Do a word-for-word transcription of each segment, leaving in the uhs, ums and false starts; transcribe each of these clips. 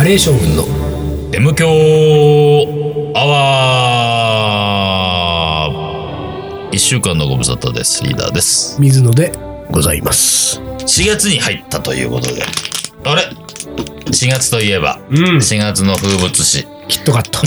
レー将軍の M 強アワー。いっしゅうかんのご無沙汰です。リーダーです。 水野でございます。 しがつに入ったということで、あれしがつといえば、うん、しがつの風物詩キットカット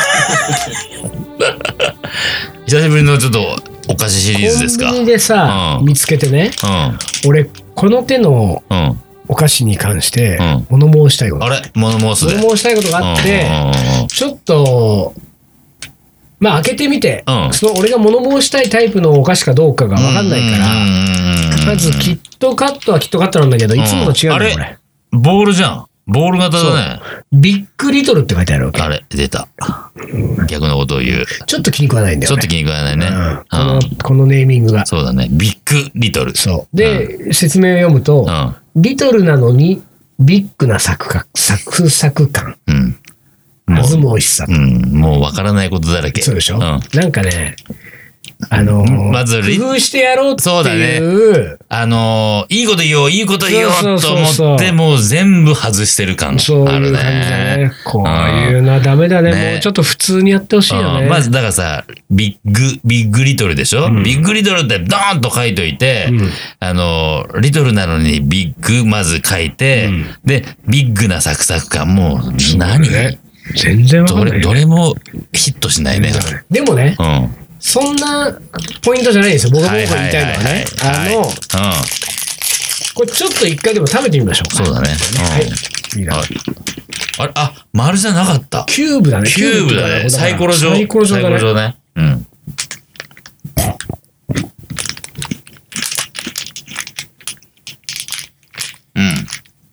久しぶりのちょっとお菓子シリーズですか。 コンビニでさ、うん、見つけてね、うん、俺この手のお菓子に関して物申したいこと、 うん、あれ物申すで物申したいことがあって、うん、ちょっとまあ開けてみて、うん、その俺が物申したいタイプのお菓子かどうかが分かんないから、まずキットカットはキットカットなんだけど、いつもと違うんだよ、これ。 ボールじゃん。ボール型だね。 ビッグリトルって書いてあるわけ。 あれ出た。逆のことを言う。 ちょっと気に食わないんだよね。 ちょっと気に食わないね。うん、 この、このネーミングが。 そうだね。ビッグリトル。 そう。で、うん、説明を読むと、うん、リトルなのにビッグなサクカサクサク感。うん。まずも美味しさ。 うん。もうわからないことだらけ。 そうでしょ。うん、なんかね、あのー、まず工夫してやろうっていう。そうだね。 あのー、いいこと言おう、いいこと言おうと思って、もう全部外してる感あるね。 そういう感じだね。こういうのはダメだね。うん、もうちょっと普通にやってほしいよね。 まずだからさ、ビッグ、ビッグリトルでしょ、うん、ビッグリトルってドーンと書いといて、うん、あのー、リトルなのにビッグまず書いて、うん、で、ビッグなサクサク感、もう何、ね、 全然わかんない、ね。 どれ、どれもヒットしないね。 でもね、うんそんなポイントじゃないんですよ。僕が僕が言いたいのはね。あの、うん、これちょっと一回でも食べてみましょうか。 そうだね。はい。いいな。あれ、あ、丸じゃなかった。 キューブだね。 キューブだね。サイコロ状。 サイコロ状だね。 サイコロ状ね。うん。うん。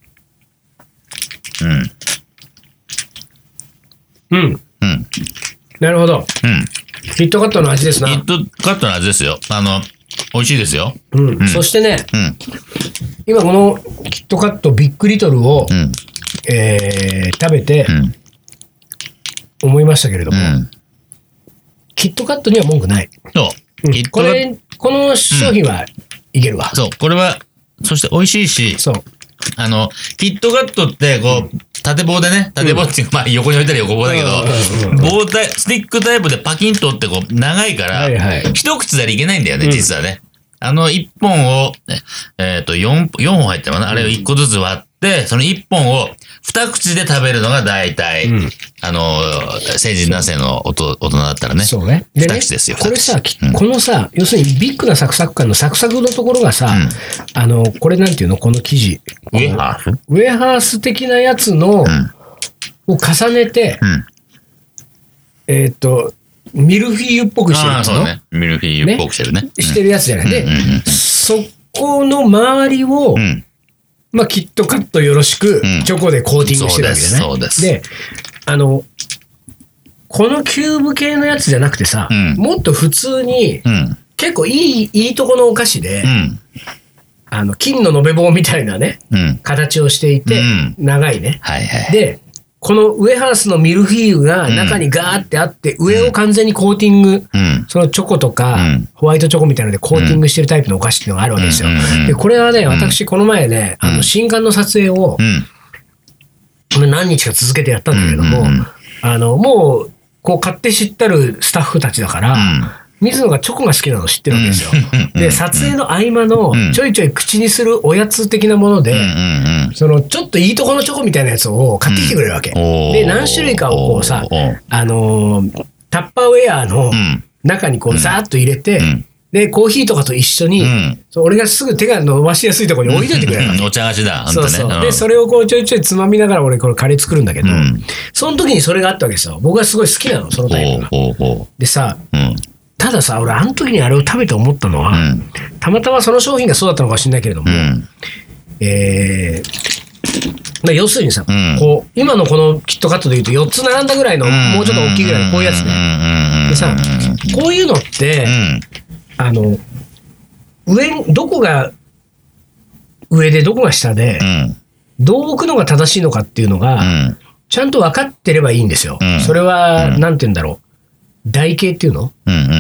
うん。うん。うん。なるほど。うん。キットカットの味ですな。 キットカットの味ですよ。あの、美味しいですよ。 うん。うん、そしてね、うん、今このキットカットビッグリトルを、うん、えー、食べて、思いましたけれども、うん、キットカットには文句ない。 そう。 うん、これ、この商品はいけるわ、 うん。そう。これは、そして美味しいし、そう。あの、キットカットって、こう、縦棒でね、縦棒っていうか、まあ横に置いたら横棒だけど、棒タイプ、スティックタイプでパキンとってこう、長いから、はいはい、一口ではいけないんだよね、実はね。あの一本を、えっと、四、四本入ってるかな、あれを一個ずつ割って、その一本を二口で食べるのが大体、うん、あの、成人男性の大人だったらね。 そうね。 二口ですよ。 これさ、うん、このさ、要するにビッグなサクサク感のサクサクのところがさ、うん、あの、これなんていうのこの生地。 ウェハースウェハース的なやつの、を重ねて、うん、えっと、ミルフィーユっぽくしてるの。 ああ、そうね。ミルフィーユっぽくしてるね。ねしてるやつじゃない。で、うんうんうん、そこの周りを、うん、まあ、キットカットよろしく、チョコでコーティングしてるわけじゃない。 そうです。 で、あの、このキューブ系のやつじゃなくてさ、うん、もっと普通に、うん、結構いい、いいとこのお菓子で、うん、あの、金の延べ棒みたいなね、うん、形をしていて、うん、長いね。はいはい。で、このウエハースのミルフィーユが中にガーってあって、うん、上を完全にコーティング、うん、そのチョコとか、うん、ホワイトチョコみたいなのでコーティングしてるタイプのお菓子っていうのがあるわけですよ。で、これはね、私この前ね、あの、新刊の撮影を、うん、何日か続けてやったんだけれども、うん、あの、もう、こう買って知ったるスタッフたちだから、うん水野がチョコが好きなの知ってるわけですよ。で、撮影の合間のちょいちょい口にするおやつ的なもので、そのちょっといいとこのチョコみたいなやつを買ってきてくれるわけ。で、何種類かをこうさ、あのー、タッパーウェアの中にこうザーッと入れて、で、コーヒーとかと一緒に、そう俺がすぐ手が伸ばしやすいところに置いといてくれるわけ。 お茶菓子だ。 そうそう。で、それをこうちょいちょいつまみながら俺これカレー作るんだけど、その時にそれがあったわけですよ。僕がすごい好きなの、そのタイプが。でさ、たださ、俺、あの時にあれを食べて思ったのは、うん、たまたまその商品がそうだったのかもしれないけれども、うん、えーまあ、要するにさ、うん、こう今のこのキットカットでいうとよっつ並んだぐらいの、うん、もうちょっと大きいぐらいのこういうやつね。でさ、こういうのって、うん、あの、上、どこが上でどこが下で、うん、どう置くのが正しいのかっていうのが、うん、ちゃんと分かってればいいんですよ。うん、それは、うん、なんて言うんだろう。台形っていうの、うんうんうん、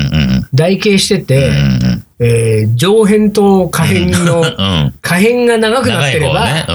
台形してて、うんうんえー、上辺と下辺の、うん、下辺が長くなってれば、ねうん、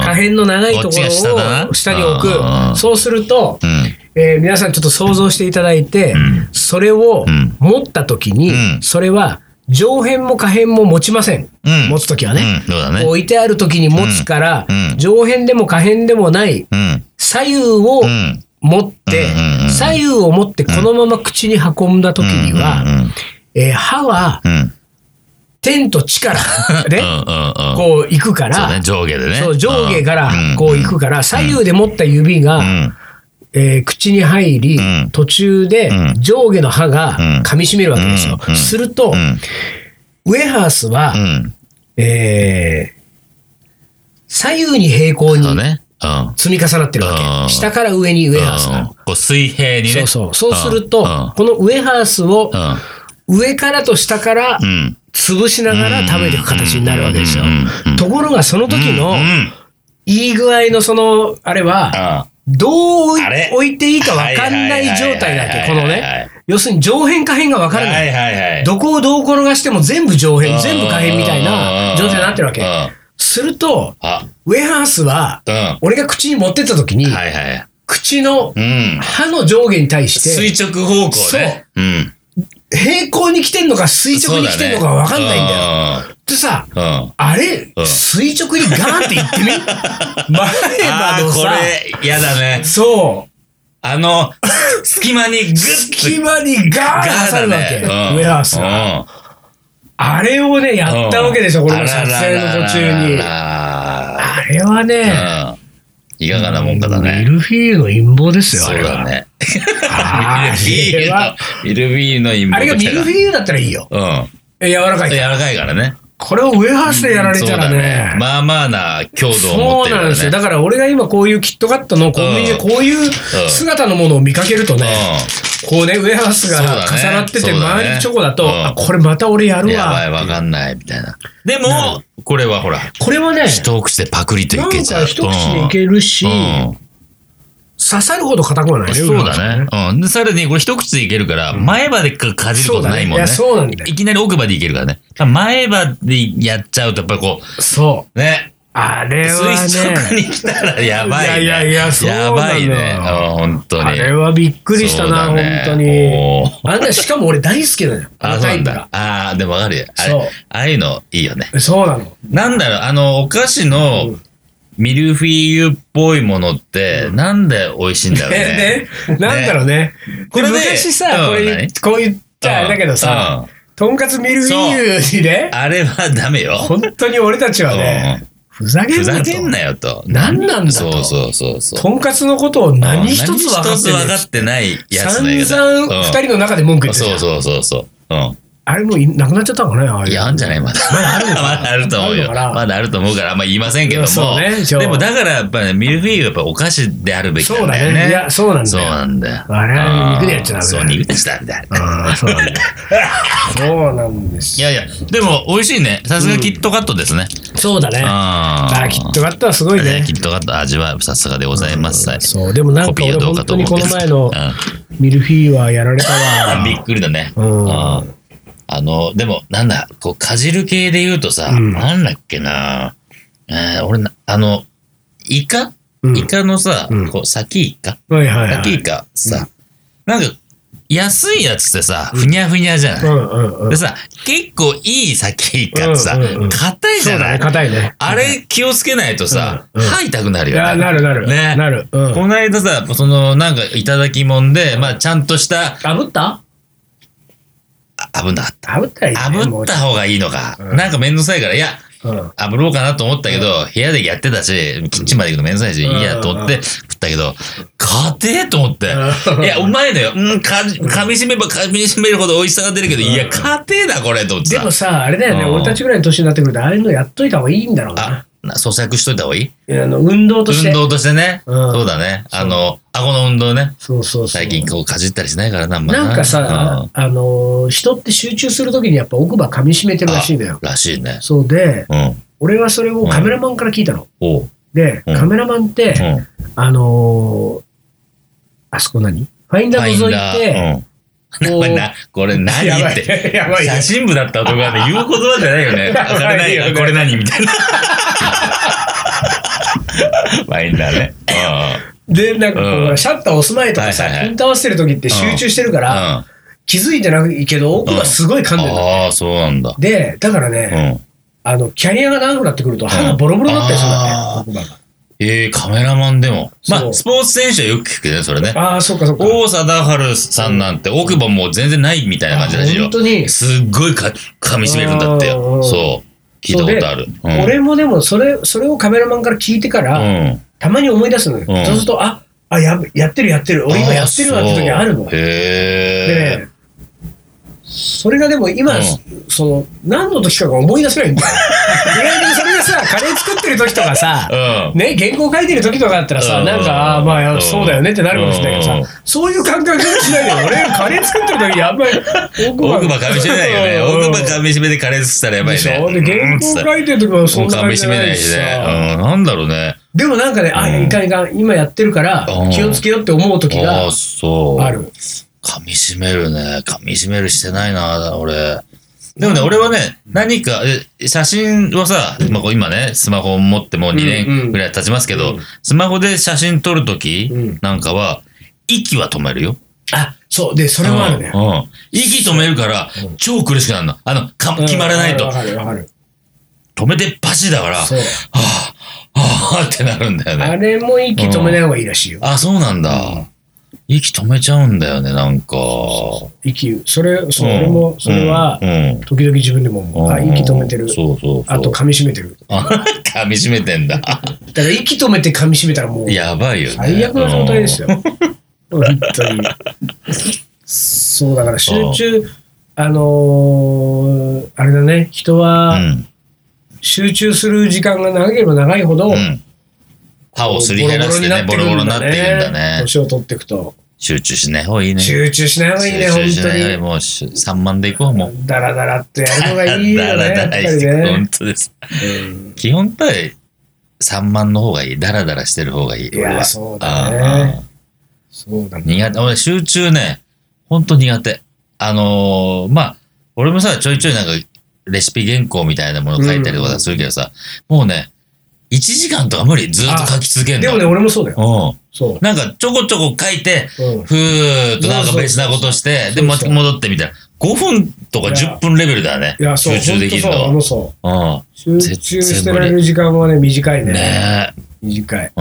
可変の長いところを下に置く。そうすると、えー、皆さんちょっと想像していただいて、うん、それを持った時に、うん、それは上辺も下辺も持ちません。うん、持つ時はね、うん、そうだね。置いてある時に持つから、うん、上辺でも下辺でもない、うん、左右を持って、うん、左右を持ってこのまま口に運んだ時には、うん、えー、歯は、うん天と地からね、こう行くから、 そうね、上下でね。 そう、上下からこう行くから、左右で持った指が、えー、口に入り、途中で上下の歯が噛み締めるわけですよ。すると、ウェハースは、えー、左右に平行に積み重なってるわけ。下から上にウェハースが。 こう水平にね。 そうそう。そうすると、このウェハースを上からと下から、潰しながら食べていく形になるわけですよ。ところがその時のいい具合のそのあれはどう置いていいか分かんない状態だっけ。このね、要するに上辺下辺が分からない。どこをどう転がしても全部上辺全部下辺みたいな状態になってるわけ。するとウェハースは俺が口に持ってった時に口の歯の上下に対して垂直方向ね。 平行に来てんのか垂直に来てんのか分かんないんだよ。でさ、うん、あれ、うん、垂直にガーンって言ってみ前歯のさ、 これ嫌だね。 そう。 あの、隙間にグッと。 隙間にガーン刺さるわけ。うん、ウェハースが。あれをね、やったわけでしょ、これの撮影の途中に。あれはね、 いかがなもんかだね。 ミルフィーユの陰謀ですよ、あれは。 そうだね。ミルフィーユの、ミルフィーユの陰謀。 あれがミルフィーユだったらいいよ。うん。柔らかい。 柔らかいからね。 これをウェハースでやられたらね。 まあまあな強度を持ってるからね。そうなんですよ。 だから俺が今こういうキットカットのコンビニでこういう姿のものを見かけるとね、こうね、ウェハースが重なってて周りチョコだと、あ、これまた俺やるわ。 やばい、わかんないみたいな。でも、これはほら。 これはね、 一口でパクリといけちゃう。 なんか一口でいけるし、刺さるほど硬くはないね。 そうだね。うん。で、さらにこれ一口でいけるから、前歯でかじることないもんね。 そうなんだよ。 いきなり奥歯でいけるからね。前歯でやっちゃうと、やっぱりこう。 そう。 ね。 あれはね。 垂直に来たらやばいね。 いやいやいや、そうやばいね。本当に。 あれはびっくりしたな、本当に。あれしかも俺大好きなのよ。 あ、そうなんだ。ああ、でもわかるよ。あれ、ああいうのいいよね。 そうなの。 なんだろう、あの、お菓子の、ミルフィーユっぽいものって、なんで美味しいんだろうね。 ね、なんだろうね。これ昔さ、これ、こう言っちゃあれだけどさ、とんかつミルフィーユにね。 あれはダメよ。 本当に俺たちはね、ふざけんなと。 ふざけんなよと。 何なんだと。 そうそうそうそう。 とんかつのことを何一つ分かってない。 何一つ分かってないやつね。散々二人の中で文句言ってた。そうそうそうそう。うん。 あれもうなくなっちゃったのかね。あいや、あんじゃないまだ。まだあるのかまだあると思うよ。まだあると思うから、あんま言いませんけども。そうね。でもだからやっぱりミルフィーユはやっぱお菓子であるべきなんだよね。そうだね。いや、 そうなんだよ。 そうなんだよ。 あれは肉でやっちゃダメだ。 そう、肉でやっちゃダメだ。 ああ、そうなんだよ。そうなんです。 いやいや、でも美味しいね。さすがキットカットですね。 そうだね。ああ、キットカットはすごいね。 キットカット味はさすがでございます。 そう、でもなんか俺本当にこの前のミルフィーユはやられたわ。 びっくりだね。うん。あの、でも、なんだ、こう、かじる系で言うとさ、うん、なんだっけな、えー、俺な、あの、イカ、うん、イカのさ、うん、こう、先イカ、 はいはいはい、 先イカさ、うん、なんか、安いやつってさ、ふにゃふにゃじゃない、うんうんうん、でさ、結構いい先イカってさ、硬、うんうん、いじゃない、 硬いね。 あれ気をつけないとさ、うんうん、歯痛くなるよね。 いや、なるなる。ね。なる。 うん、この間さ、その、なんか、いただきもんで、まあ、ちゃんとした。 炙った炙んなかった。 炙ったらいい、ね、 炙った方がいいのか。うん、なんかめんどくさいから、いや、うん、炙ろうかなと思ったけど、うん、部屋でやってたし、キッチンまで行くのめんどくさいし、うん、いいやと思って食ったけど、硬えと思って。いや、うまいのよ。うん、か、噛み締めば噛み締めるほど美味しさが出るけど、いや、硬えな、これ、と思ってさ。 でもさ、あれだよね、俺たちぐらいの年になってくると、ああいうのやっといた方がいいんだろうな。 咀嚼しといた方がいい？ いや、あの、運動として。 運動としてね。うん、そうだね。あの、顎の運動ね。 そうそうそう。 最近こうかじったりしないからな、あんまなんかさ、うん、あの、人って集中するときにやっぱ奥歯噛み締めてるらしいんだよ。 らしいね。 そうで、うん、俺はそれをカメラマンから聞いたの。うん、で、カメラマンって、うん、あのー、あそこ何？ファインダー覗いて、これな、これ何って。やばい写真部だった男がね、言う言葉じゃないよね。これ何これ何みたいな。 まあいいんだね。 で、なんかこう、うん、シャッター押す前とかさ、はいはいはい、ピント合わせてる時って集中してるから、うん、気づいてないけど、奥がすごい噛んでる、 うん。ああ、そうなんだ。 で、だからね、うん、あの、キャリアが長くなってくると、歯がボロボロになったりするんだね、奥歯が。 ええー、カメラマンでも。まあ、スポーツ選手はよく聞くけどね、それね。 ああ、そうかそうか。 王貞治さんなんて、奥歯もう全然ないみたいな感じらしいよ。 本当に。 すっごいか噛み締めるんだってよ。そう。聞いたことある。 うん、俺もでも、それ、それをカメラマンから聞いてから、うん、たまに思い出すのよ。うん、そうすると、あ、あ、や、やってるやってる。俺今やってるわって時あるの。へえ。 でね、それがでも今、うん、その、何の時かが思い出せないんだよ。意外にそれがさ、カレー作ってる時とかさ、うん、ね、原稿書いてる時とかだったらさ、うん、なんか、あまあ、そうだよねってなるかもしれないけどさ、うん、そういう感覚しないでよ。俺、カレー作ってる時やっぱり、 奥歯噛み締めないよね。奥歯噛み締めでカレー作ったらやばいね。 で、原稿書いてる時もそんな感じじゃないしさ。 うん、なんだろうね。 でもなんかね、あ、いかんいかん、今やってるから気をつけようって思う時がある。 噛み締めるね。噛み締めるしてないな、俺。でもね、俺はね、何か、写真をさ、まあ、今ね、スマホを持ってもうにねんぐらい経ちますけど、うんうん、スマホで写真撮るときなんかは、息は止めるよ。 あ、そう。で、それもあるね。 うんうん、息止めるから、超苦しくなるの。あの、か決まらないと。 わかるわかる。 止めてパシだから、はぁ、はぁってなるんだよね。 あれも息止めない方がいいらしいよ。 うん、あ、そうなんだ。うん、息止めちゃうんだよね、なんか。そうそう息、それ、そう、うん、俺も、それは、時々自分でも思う、うん、あ、息止めてる。そうそうそう。あと、噛み締めてる。 噛み締めてんだ。だから、息止めて噛み締めたらもう、 やばいよね。 最悪な状態ですよ。本当に。そう、だから集中、あのー、あれだね、人は、うん集中する時間が長ければ長いほど、うん、 歯をすり減らしてね、ボロボロになっていくんだね。 年を取っていくと。 集中しない方がいいね。 集中しない方がいいね、本当に。 もうさんまんでいこう、もう。 ダラダラってやるのがいいよね。ダラダラして、 本当です。うん、基本対さんまんの方がいい。ダラダラしてる方がいい。 いや、そうだね。そうだね。 苦手。俺、集中ね、本当苦手。あのー、まあ、俺もさ、ちょいちょいなんか、レシピ原稿みたいなもの書いたりとかするけどさ、うん、もうね、いちじかんとか無理。ずっと書き続けるの。 でもね、俺もそうだよ。 うん。そう。なんかちょこちょこ書いて、うん、ふーっとなんか別なことして、で、また戻ってみたいな。ごふんとかじゅっぷんレベルだね。 いや、そう。 集中できるの。 そう、そう。うん。集中してられる時間はね、短いね。 ねえ。 短い。 うん。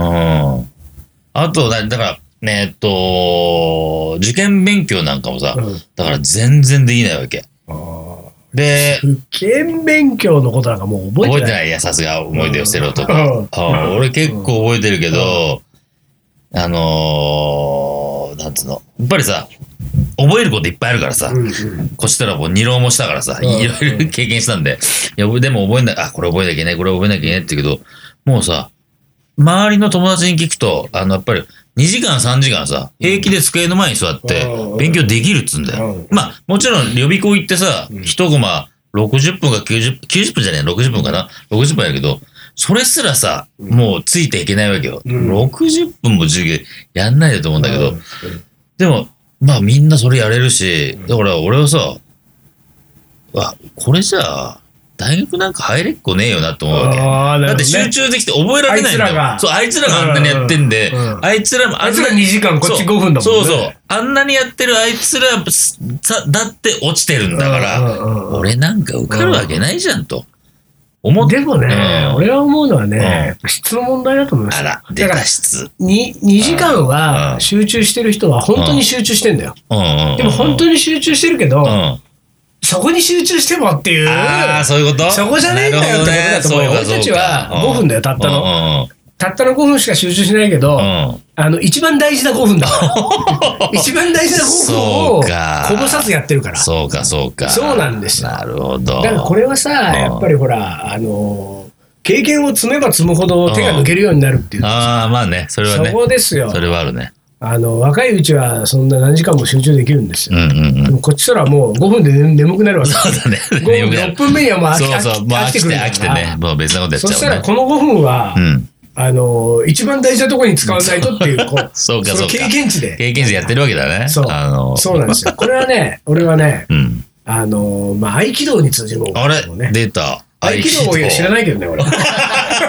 あと、だから、ねえっと、受験勉強なんかもさ、うん、だから全然できないわけ。ああ。で、 受験勉強のことなんかもう覚えてない。 覚えてない。いや、さすが思い出を捨てろとか。俺結構覚えてるけど、あのー、なんつうの。やっぱりさ、覚えることいっぱいあるからさ、こっちとらもう二浪もしたからさ、いろいろ経験したんで、いや、でも覚えなきゃ、あ、これ覚えなきゃいけない、これ覚えなきゃいけないって言うけど、もうさ、周りの友達に聞くと、あの、やっぱり、にじかんさんじかんさ、平気で机の前に座って勉強できるっつうんだよ。まあ、もちろん予備校行ってさ、一コマろくじゅっぷんかきゅうじゅっぷん、きゅうじゅっぷんじゃねえ、ろくじゅっぷんかな ?ろくじゅっぷんやけど、それすらさ、もうついていけないわけよ。ろくじゅっぷんも授業やんないでと思うんだけど、でも、まあみんなそれやれるし、だから俺はさ、あ、これじゃあ、大学なんか入れっこねえよなと思うわけ。ね、だって集中できて覚えられないんだよ。そう、あいつらがあんなにやってんで、うんうん、あいつらも、 あいつらにじかん、こっちごふんだもんね。 そうそう。あんなにやってるあいつらだって落ちてるんだから、俺なんか受かるわけないじゃんと。 思って。でもね、うん、俺は思うのはね、うん、質の問題だと思います。 あら、出た質。 に、にじかんは集中してる人は本当に集中してんだよ。でも本当に集中してるけど、うんそこに集中してもっていう。 ああ、そういうこと？ そこじゃないんだよってことだと思うよ。俺たちはごふんだよ、たったの。たったのごふんしか集中しないけど、あの、一番大事なごふんだ。一番大事なごふんをこぼさずやってるから。 そうか、そうか。 そうなんですよ。 なるほど。 だからこれはさ、やっぱりほら、あの、経験を積めば積むほど手が抜けるようになるっていう。 ああ、まあね、それはね。 そこですよ。 それはあるね。 あの若いうちはそんな何時間も集中できるんですよ。うんうんうん、でもこっちとらもうごふんで眠くなるわけ。 そうだね。 ろっぷんめにはもう飽きそうそう、もう飽きて飽きてね、もう別なことやっちゃう、ね。そしたらこのごふんは、うん、あの一番大事なところに使わないとっていうこうそうかそうか経験値で経験値でやってるわけだね。 そうあのそうなんですよ。これはね、俺はね、うん、あのまあ合気道に通じるもの、ね。 あれ出た。 合気道を知らないけどね俺。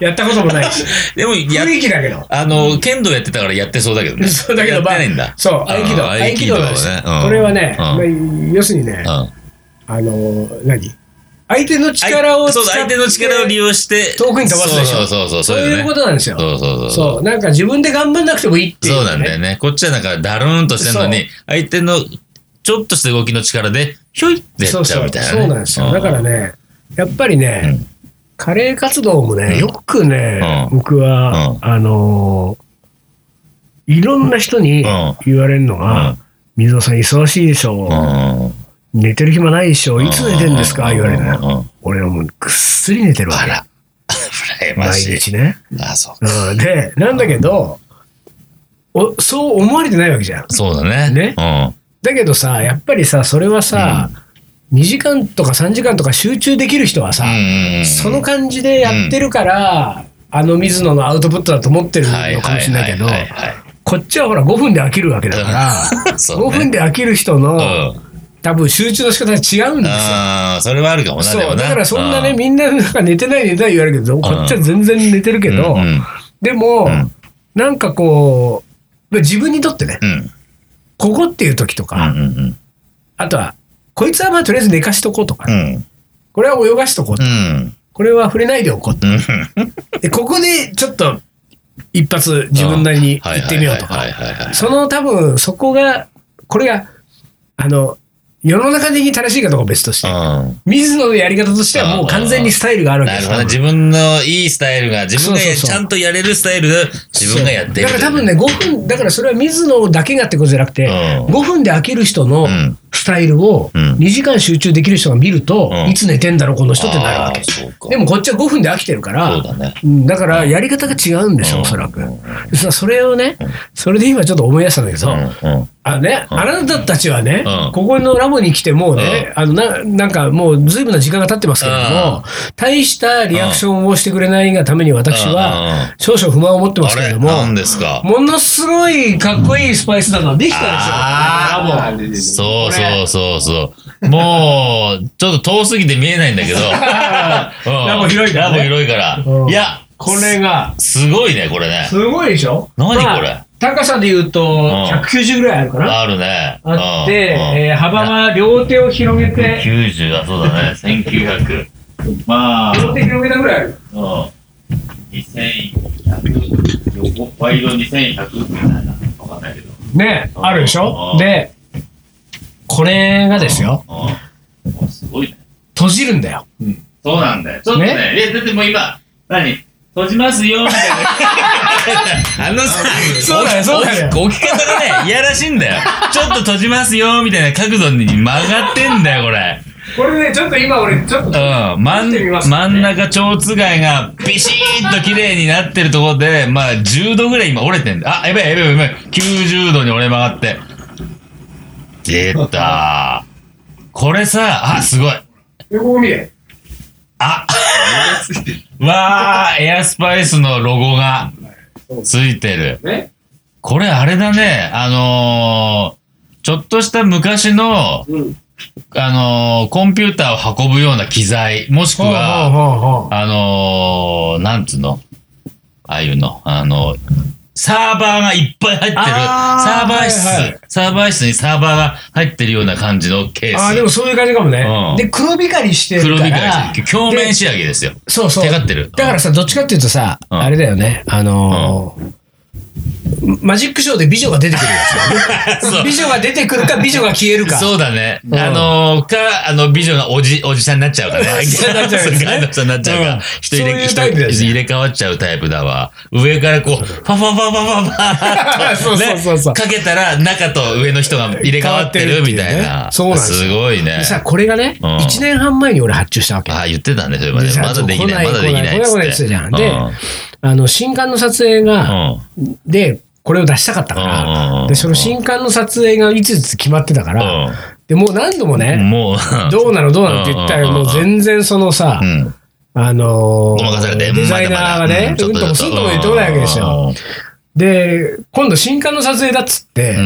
やったこともないし。 でも、雰囲気だけど。 あの、剣道やってたからやってそうだけどね。 そうだけど、 やってないんだ。 そう、合気道。合気道なんですよ。これはね、要するにね、あの、何相手の力を使って、 相手の力を利用して遠くに飛ばすでしょ。 そうそうそう。 そういうことなんですよ。 そうそうそう。 そう。なんか自分で頑張んなくてもいいっていう。 そうなんだよね。こっちはなんかだるーんとしてるのに、相手のちょっとした動きの力で、ひょいってやっちゃうみたいな。 そうなんですよ。だからね、やっぱりね、カレー活動もね、よくね、僕は、あの、いろんな人に言われるのが、水野さん忙しいでしょ。寝てる暇ないでしょ。いつ寝てるんですか言われるのよ。俺はもうぐっすり寝てるわけ。 あら。 毎日ね。 あ、そう。 で、なんだけど、おそう思われてないわけじゃん。 そうだね。 ね。だけどさ、やっぱりさ、それはさ、にじかんとかさんじかんとか集中できる人はさ、その感じでやってるから、あの水野のアウトプットだと思ってるのかもしれないけど、こっちはほらごふんで飽きるわけだから、ごふんで飽きる人の、多分集中の仕方が違うんですよ。 ああ、それはあるかもな。 そう、だからそんなね、みんななんか寝てない寝てない言われるけど、こっちは全然寝てるけど、でも、なんかこう、自分にとってね、ここっていう時とか、あとは、こいつはまあとりあえず寝かしとこうとか、これは泳がしとこうとか、これは触れないでおこうと。で、ここでちょっと一発自分なりに行ってみようとか、その多分そこが、これが、あの、世の中的に正しいかどうかは別として、水野のやり方としてはもう完全にスタイルがあるわけですよ。 自分のいいスタイルが、自分がちゃんとやれるスタイルで自分がやってる。 だから多分ね、ごふん、だからそれは水野だけがってことじゃなくて、ごふんで飽きる人のスタイルをにじかん集中できる人が見ると、いつ寝てんだろう、この人ってなるわけ。でもこっちはごふんで飽きてるから、だからやり方が違うんですよ、おそらく。それをね、それで今ちょっと思い出したんだけど、あのね、あなたたちはね、ここのラボに来てもうね、あのな、なんかもう随分な時間が経ってますけれども、大したリアクションをしてくれないがために私は少々不満を持ってますけれども、ものすごいかっこいいスパイスなのできたでしょ。そうそうそうそう。もう、ちょっと遠すぎて見えないんだけど。 ラボ広いから。 ラボ広いから。いや、 これが。 すごいね、これね。 すごいでしょ？ 何これ？ 高さで言うとひゃくきゅうじゅうぐらいあるかな。 あるね。 あって、幅は両手を広げて。 きゅうじゅう、あ、そうだね。せんきゅうひゃく。まあ。 両手広げたぐらいある。 にせんひゃく、横、ワイドにせんひゃくみたいな。わかんないけど。 ね、あるでしょ？で、これがですよ。 すごいね。 閉じるんだよ。 そうなんだよ。ちょっとね、だってもう今、何閉じますよみたいな。あのさ、 そうだよ、そうだよ。 置き方がね、いやらしいんだよ。ちょっと閉じますよみたいな角度に曲がってんだよ、これ。 これね、ちょっと今俺、ちょっと。うん。 真ん中蝶つがいがビシーッと綺麗になってるところで、まあじゅうどぐらい今折れてんだ。あ、やばいやばいやばい。きゅうじゅうどに折れ曲がって。出たー。これさ、あ、すごい。 で、ここ見て。 あわー、エアスパイスのロゴがついてる。ね、これあれだね、あのー、ちょっとした昔の、うん、あのー、コンピューターを運ぶような機材、もしくは、あのー、なんつうのああいうの、あのー、サーバーがいっぱい入ってる、サーバー室、はいはい、サーバー室にサーバーが入ってるような感じのケース。 ああ、でもそういう感じかもね。うん、で、黒光りしてるから。黒光りしてる。表面仕上げですよ。 そうそう。 手がってる。 だからさ、どっちかっていうとさ、うん、あれだよね、あのー、うんマジックショーで美女が出てくるやつだね。美女が出てくるか、美女が消えるか。 そうだね。うん、あのー、か、あの、美女がおじ、おじさんになっちゃうかね。おじさんになっちゃうか。おじさんになっちゃうか。人入れ、人入れ替わっちゃうタイプだわ。上からこう、ファファファファファファそうそうそうそう。 かけたら、中と上の人が入れ替わってるみたいな。 そうなんです。 すごいね。 さ、これがね、いちねんはんまえに俺発注したわけ。 ああ、言ってたね、それまで。まだできない、まだできない。 これこれってじゃん。で、あの、新刊の撮影が、で、これを出したかったから、で、その新刊の撮影がいついつ決まってたから、で、もう何度もね、もうどうなのどうなのって言ったら、もう全然そのさ、あの、デザイナーがね、うんともすんとも言ってこないわけですよ。で、今度新刊の撮影だっつって、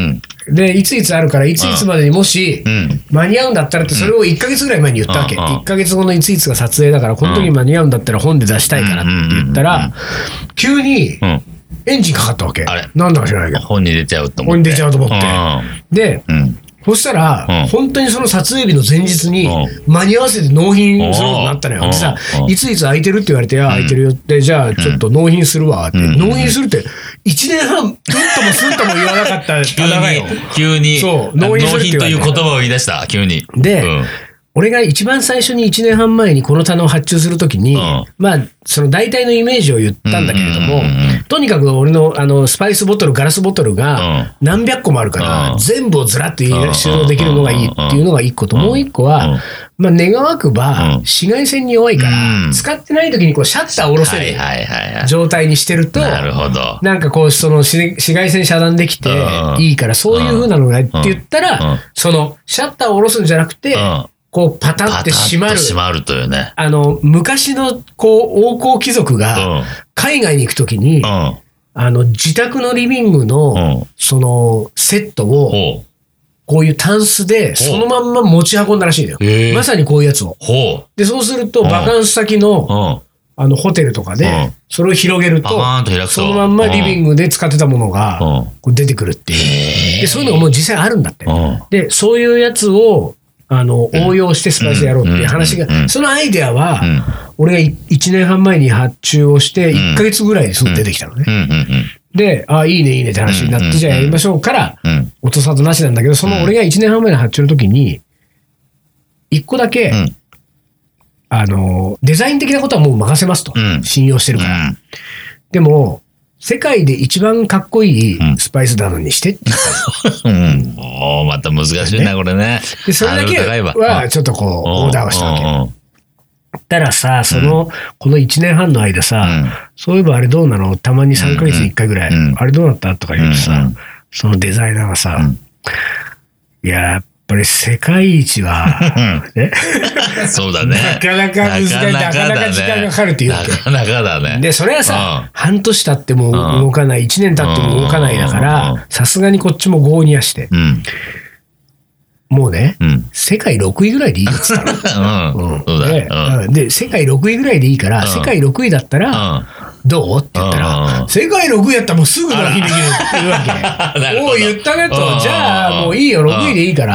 で、いついつあるから、いついつまでにもし、間に合うんだったらって、それをいっかげつぐらい前に言ったわけ。いっかげつごのいついつが撮影だから、この時に間に合うんだったら本で出したいからって言ったら、急にエンジンかかったわけ。なんだか知らないけど。 本に出ちゃうと思って。 本に出ちゃうと思って。で、そしたら、本当にその撮影日の前日に間に合わせて納品することになったのよ。でさ、いついつ空いてるって言われて、あ、空いてるよって、じゃあちょっと納品するわって。納品するって、いちねんはん、ずっともすんとも言わなかった方よ。 急に、 そう、 納品という言葉を言い出した、急に。 で、俺が一番最初にいちねんはん前にこの棚を発注するときに、うん、まあ、その大体のイメージを言ったんだけれども、とにかく俺のあのスパイスボトル、ガラスボトルが何百個もあるから、うん、全部をずらっと収納できるのがいいっていうのが一個と、もう一個は、まあ、願わくば紫外線に弱いから、使ってないときにこうシャッターを下ろせる状態にしてると、なんかこう、その紫外線遮断できていいから、そういう風なのがって言ったら、そのシャッターを下ろすんじゃなくて、こうパタッて閉まる。 閉まるというね。 あの、昔の、こう、王侯貴族が、海外に行くときに、うん、あの、自宅のリビングの、うん、その、セットを、こういうタンスで、そのまんま持ち運んだらしいのよ。まさにこういうやつを。で、そうすると、バカンス先の、あの、ホテルとかで、それを広げると、そのまんまリビングで使ってたものが、こう出てくるっていう。で、そういうのがもう実際あるんだって。で、そういうやつを、あの、応用してスパイスやろうっていう話が、そのアイデアは、俺がいちねんはん前に発注をして、いっかげつぐらいですぐ出てきたのね。で、あ、いいね、いいねって話になって、じゃあやりましょうから、音沙汰なしなんだけど、その俺がいちねんはん前の発注の時に、いっこだけ、あの、デザイン的なことはもう任せますと。信用してるから。でも、世界で一番かっこいいスパイスなのにしてって言ったの。 うん。おー、また難しいな、これね。 で、それだけは、ちょっとこう、オーダーをしたわけ。たらさ、その、このいちねんはんの間さ、そういえばあれどうなのたまにさんかげつにいっかいぐらい、あれどうなったとか言うとさ、そのデザイナーがさ、いや、やっぱり世界一は、 ね、そうだね。 なかなか難しい、なかなか時間がかかるっていうわけ。 なかなかだね。 で、それはさ、半年経っても動かない、いちねん経っても動かないだから、さすがにこっちも合にやして、もうね、世界ろくいぐらいでいいっつったの。で、世界ろくいぐらいでいいから、世界ろくいだったら、どうって言ったら、世界ろくいやったらもうすぐ納品できるって言うわけ。おう、言ったねと。じゃあもういいよ、ろくいでいいから。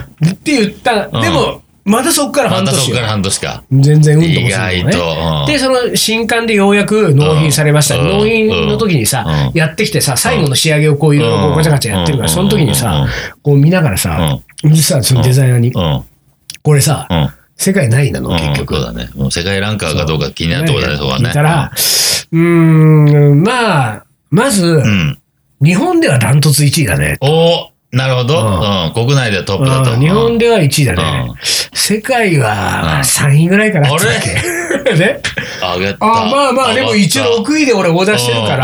って言った。でも、またそっから半年。またそっから半年か。 全然うんともするのね。で、その新刊でようやく納品されました。納品の時にさ、やってきてさ、最後の仕上げをこういろいろガチャガチャやってるから、その時にさ、こう見ながらさ、実はそのデザイナーに、これさ、世界何位なの結局。 そうだね。世界ランカーかどうか気になるところだね、そうだね。 聞いたら、うーん、まあ、まず、日本ではダントツいちいだね。 おなるほど。国内ではトップだと。 日本ではいちいだね。世界はさんいぐらいかなってだけ。ね。 あげた。 あ、まあまあ、でも一応ろくいで俺オーダーしてるから、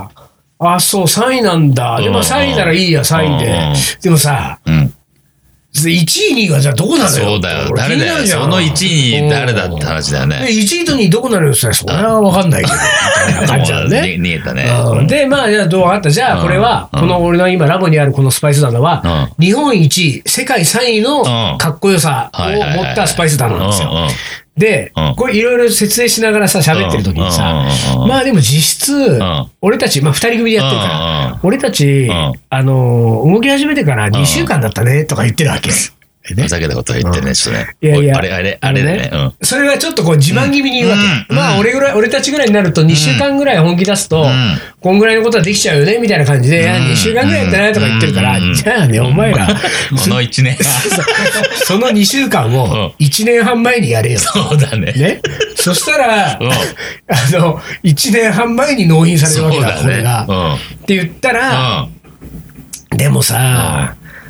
あ、そう、さんいなんだ。でもさんいならいいや、さんいで。でもさ、いちい、にいがじゃあどこなのよ。 そうだよ。誰だよ。そのいちいに誰だって話だよね。 いちいとにいどこなのよ。それはわかんないけど。みたいな感じだね。 逃げたね。 で、まあ、じゃあどうあった。じゃあこれは、この俺の今ラボにあるこのスパイス棚は、日本一位、世界さんいのかっこよさを持ったスパイス棚なんですよ。で、これいろいろ説明しながらさ、喋ってる時にさ、まあでも実質、俺たち、まあ二人組でやってるから、俺たち、あの、動き始めてからにしゅうかんだったね、とか言ってるわけ。 ふざけたこと言ってね、ちょっとね。 いやいや、 あれ、あれ、あれね。 それはちょっとこう自慢気味に言うわけ。まあ俺ぐらい、俺たちぐらいになるとにしゅうかんぐらい本気出すと、こんぐらいのことはできちゃうよね、みたいな感じで、にしゅうかんぐらいやったね、とか言ってるから、じゃあね、お前ら。 このいちねん。 そのにしゅうかんをいちねんはん前にやれよ。 そうだね。 ね。そしたら、あの、いちねんはん前に納品されるわけだ、これが。って言ったら、でもさ、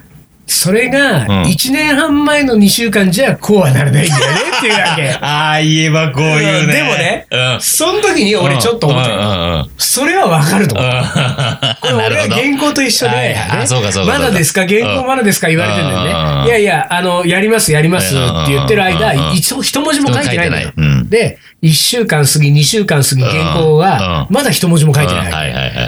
それがいちねんはんまえのにしゅうかんじゃこうはならないんだよねっていうわけ。 ああ、言えばこういうね。 でもね、うん、その時に俺ちょっと思ったよ、うんうんうん、それはわかると思った。これ俺は原稿と一緒で、ね、まだですか原稿まだですか言われてるんだよね。いやいや、あの、やりますやりますって言ってる間、一応一文字も書いてないんだよ。で、いっしゅうかん過ぎ、にしゅうかん過ぎ原稿は、まだ一文字も書いてない。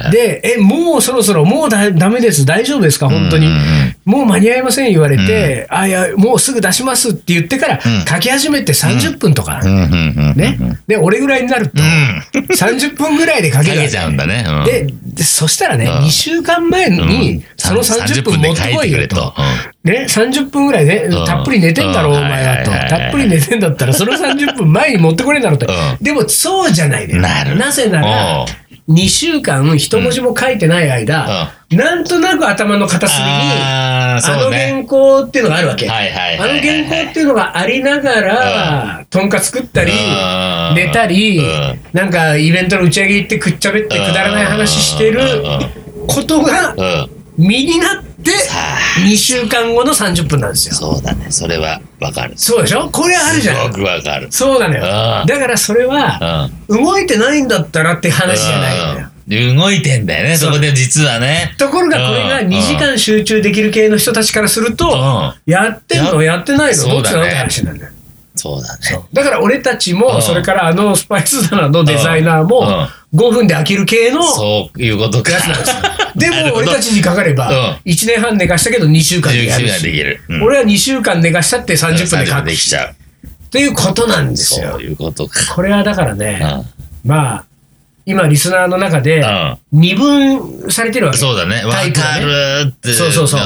で、え、もうそろそろ、もうだダメです、大丈夫ですか本当に。もう間に合いません言われて、うん、あ、いや、もうすぐ出しますって言ってから、書き始めてさんじゅっぷんとか。ね。で、俺ぐらいになると、さんじゅっぷんぐらいで書ける。 書けちゃうんだね。 うん、で、で、そしたらね、うん、にしゅうかんまえに、そのさんじゅっぷん持ってこいよと。ね、さんじゅっぷんぐらいね、たっぷり寝てんだろう、お前はと。たっぷり寝てんだったら、そのさんじゅっぷんまえに持ってこれんだろうと。でも、そうじゃないで。なぜなら、にしゅうかん一文字も書いてない間、うん、なんとなく頭の片隅に、あ, あの原稿っていうのがあるわけ。あの原稿っていうのがありながら、うん、とんかつ食ったり、うん、寝たり、うん、なんかイベントの打ち上げ行ってくっちゃべってくだらない話してることが身になって、にしゅうかんごのさんじゅっぷんなんですよ。 そうだね。それはわかる。 そうでしょこれあるじゃん。 すごくわかる。 そうなのよ。だからそれは、動いてないんだったらって話じゃないんだよ。 動いてんだよね、そこで実はね。 ところがこれがにじかん集中できる系の人たちからすると、やってんのやってないのどっちなのって話なんだよ。そうだね。だから俺たちも、それからあのスパイス棚のデザイナーも、ごふんで飽きる系のそういうことか。 でも俺たちにかかれば、いちねんはん寝かしたけどにしゅうかんでやるし、俺はにしゅうかん寝かしたってさんじゅっぷんで書くし、ということなんですよ。 そういうことか。 これはだからね、まあ、今リスナーの中で二分されてるわけ。 そうだね。わかるって。 そうそうそう。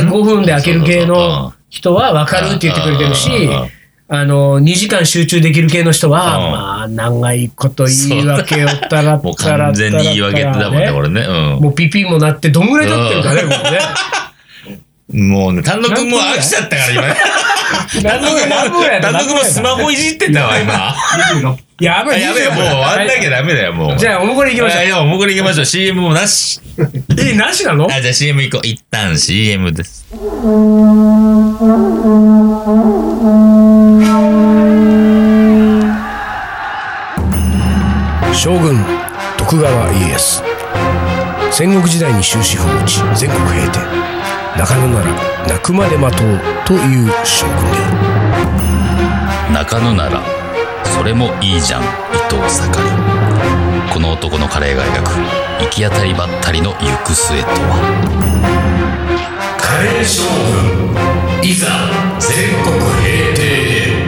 ごふんで飽きる系の人はわかるって言ってくれてるし、あの、にじかん集中できる系の人は、まあ、長いこと言い訳をったらったらったら。 もう完全に言い訳ってだもんね、これね。 もうピピもなってどんぐらい経ってるかね、これね。もうね、丹野くんもう飽きちゃったから今ね。丹野くんもスマホいじってんだわ、今。 やばい、 やべえ、もう終わんなきゃダメだよ、もう。 じゃあ、おもこれ行きましょう。 いや、おもこれ行きましょう。シーエム もなし。 え、なしなの？ あ、じゃあ シーエム 行こう。一旦 シーエム です。 将軍徳川家康、戦国時代に終止符を打ち全国平定、中野なら泣くまで待とうという将軍である。中野ならそれもいいじゃん、伊藤盛り。この男のカレーが描く行き当たりばったりの行く末とは。 カレー将軍いざ全国平定へ。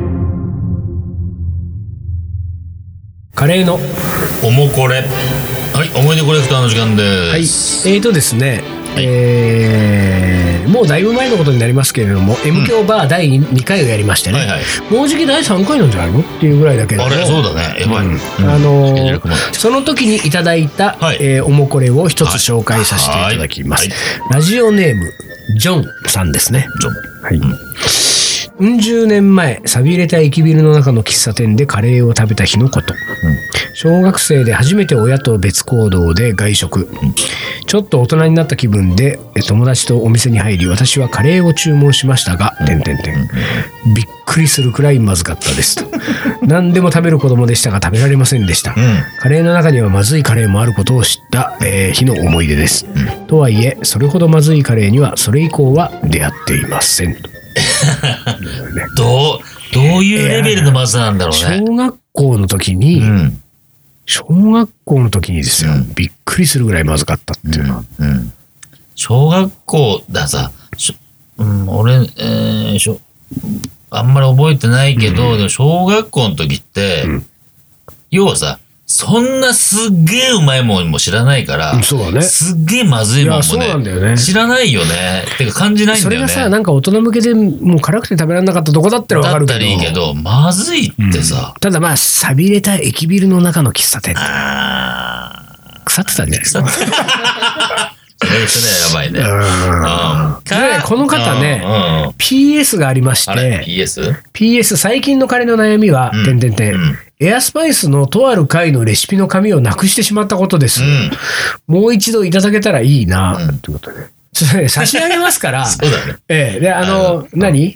カレーのおもこれ。はい、思い出コレクターの時間です。 はい、えーとですね、はい、えー、もうだいぶ前のことになりますけれども、うん、M 響バーだいにかいをやりましてね、はいはい、もうじきだいさんかいなんじゃないのっていうぐらいだけども、 あれそうだね、やばい、うん、 あのー、その時にいただいた、はい、えー、おもこれを一つ紹介させていただきます、はいはい、ラジオネームジョンさんですね。 ジョン、 はい、うんうん十年前、錆びれた駅ビルの中の喫茶店でカレーを食べた日のこと、うん、小学生で初めて親と別行動で外食、うん、ちょっと大人になった気分で友達とお店に入り、私はカレーを注文しましたが、うん、てんてんてんびっくりするくらいまずかったですと。何でも食べる子供でしたが食べられませんでした、うん、カレーの中にはまずいカレーもあることを知った、えー、日の思い出です、うん、とはいえそれほどまずいカレーにはそれ以降は出会っていませんと。 どう、どういうレベルのまずなんだろうね。 小学校の時に、うん、小学校の時にですよ、うん、びっくりするぐらいまずかったっていうのは。うんうん、 小学校ださ、うん、俺、えー、しょあんまり覚えてないけど、うん、でも小学校の時って、うん、要はさ、そんなすっげえうまいもんも知らないから、 うん、そうだね、 すっげえまずいもんも ね, そうなんだよね知らないよね。てか感じないんだよね。 それがさ、なんか大人向けでもう辛くて食べられなかったとこだったらわかるけど。 だったらいいけど、まずいってさ。 うん、ただまあ、錆びれた駅ビルの中の喫茶店。あ腐ってたんじゃないですか。 それ人ね、やばいね。 で、この方ね、うん、ピーエス がありまして、 ピーエス？ ピーエス 最近のカレーの悩みは、うん、てんてんてん、うん、エアスパイスのとある回のレシピの紙をなくしてしまったことです。うん、もう一度いただけたらいいな、うん、ということで。 差し上げますから。 そうだね。 ええ、で、あの、何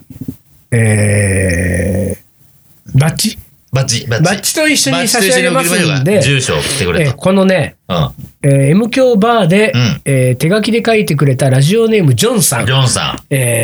えー、バッジバッジ、バッジ。 バッジと一緒に差し上げますんで、 住所を送ってくれと。 えこのね、 うんえー、M 強バーで、 うんえー、手書きで書いてくれたラジオネームジョンさん。 ジョンさん。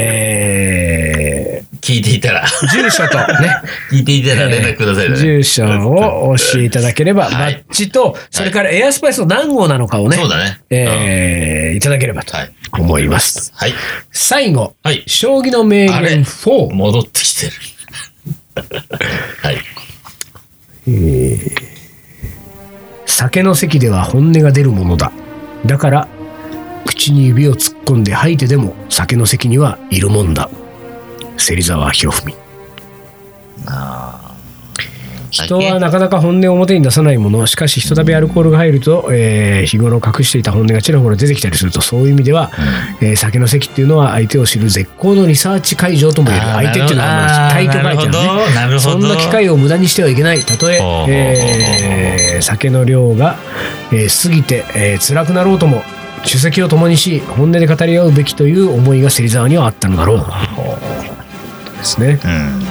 えー、 聞いていたら。 住所とね。 聞いていたら連絡くださいね。 住所をお教えいただければ、バッジと、それからエアスパイスの何号なのかをね、 そうだね。 えー、いただければと思います。 はい。 最後、 はい。 将棋の名言フォー。 戻ってきてる。はい。 えー、酒の席では本音が出るものだ。だから口に指を突っ込んで吐いてでも酒の席にはいるもんだ。芹沢博文。 あ人はなかなか本音を表に出さないもの。しかしひとたびアルコールが入ると、えー、日頃隠していた本音がちらほら出てきたりすると、そういう意味では、うんえー、酒の席っていうのは相手を知る絶好のリサーチ会場とも言える。相手っていうのは対と書いてあるね。そんな機会を無駄にしてはいけない。たとええー、酒の量が、えー、過ぎて、えー、辛くなろうとも酒席を共にし本音で語り合うべきという思いが芹沢にはあったのだろう。ですね。うん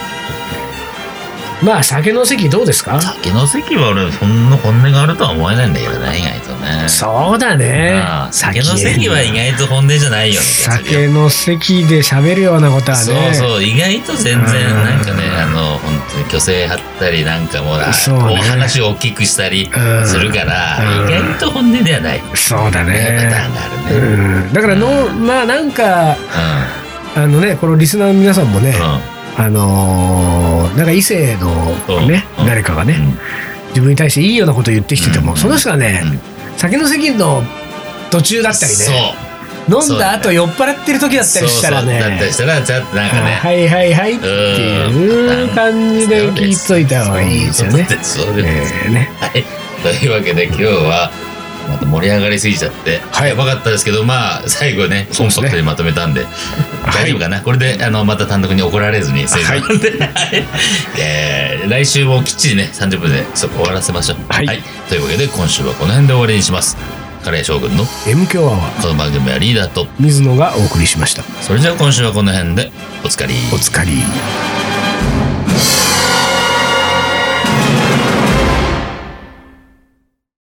まあ酒の席どうですか？ 酒の席は俺そんな本音があるとは思えないんだけどね、意外とね。 そうだね。 酒の席は意外と本音じゃないよね。 酒の席で喋るようなことはね。 そうそう意外と全然なんかねあの本当に虚勢張ったりなんかもう、ね、話を大きくしたりするから意外と本音ではない。 そうだね。 パターンがあるね。 うんだからのまあなんか、うん、あのねこのリスナーの皆さんもね。うんあのー、なんか異性のね、うん、誰かがね、うん、自分に対していいようなことを言ってきてても、うん、その人がね、うん、酒の席の途中だったりね飲んだ後酔っ払ってる時だったりしたらねそうそうだったりしたらちょっとなんかねはいはいはいっていう感じで聞いといた方がいいですよね。 そうですそうです、えーねはい、というわけで今日はまた盛り上がりすぎちゃって、はい、やばかったですけどまあ最後ねコンパクトにまとめたんで大丈夫かな、はい、これであのまた単独に怒られずに正常なんで、はいえー、来週もきっちりねさんじゅっぷんでそこ終わらせましょう、はいはい、というわけで今週はこの辺で終わりにします。カレー将軍の M 強アワー。 この番組はリーダーと水野がお送りしました。 それじゃあ今週はこの辺でおつかりおつかり。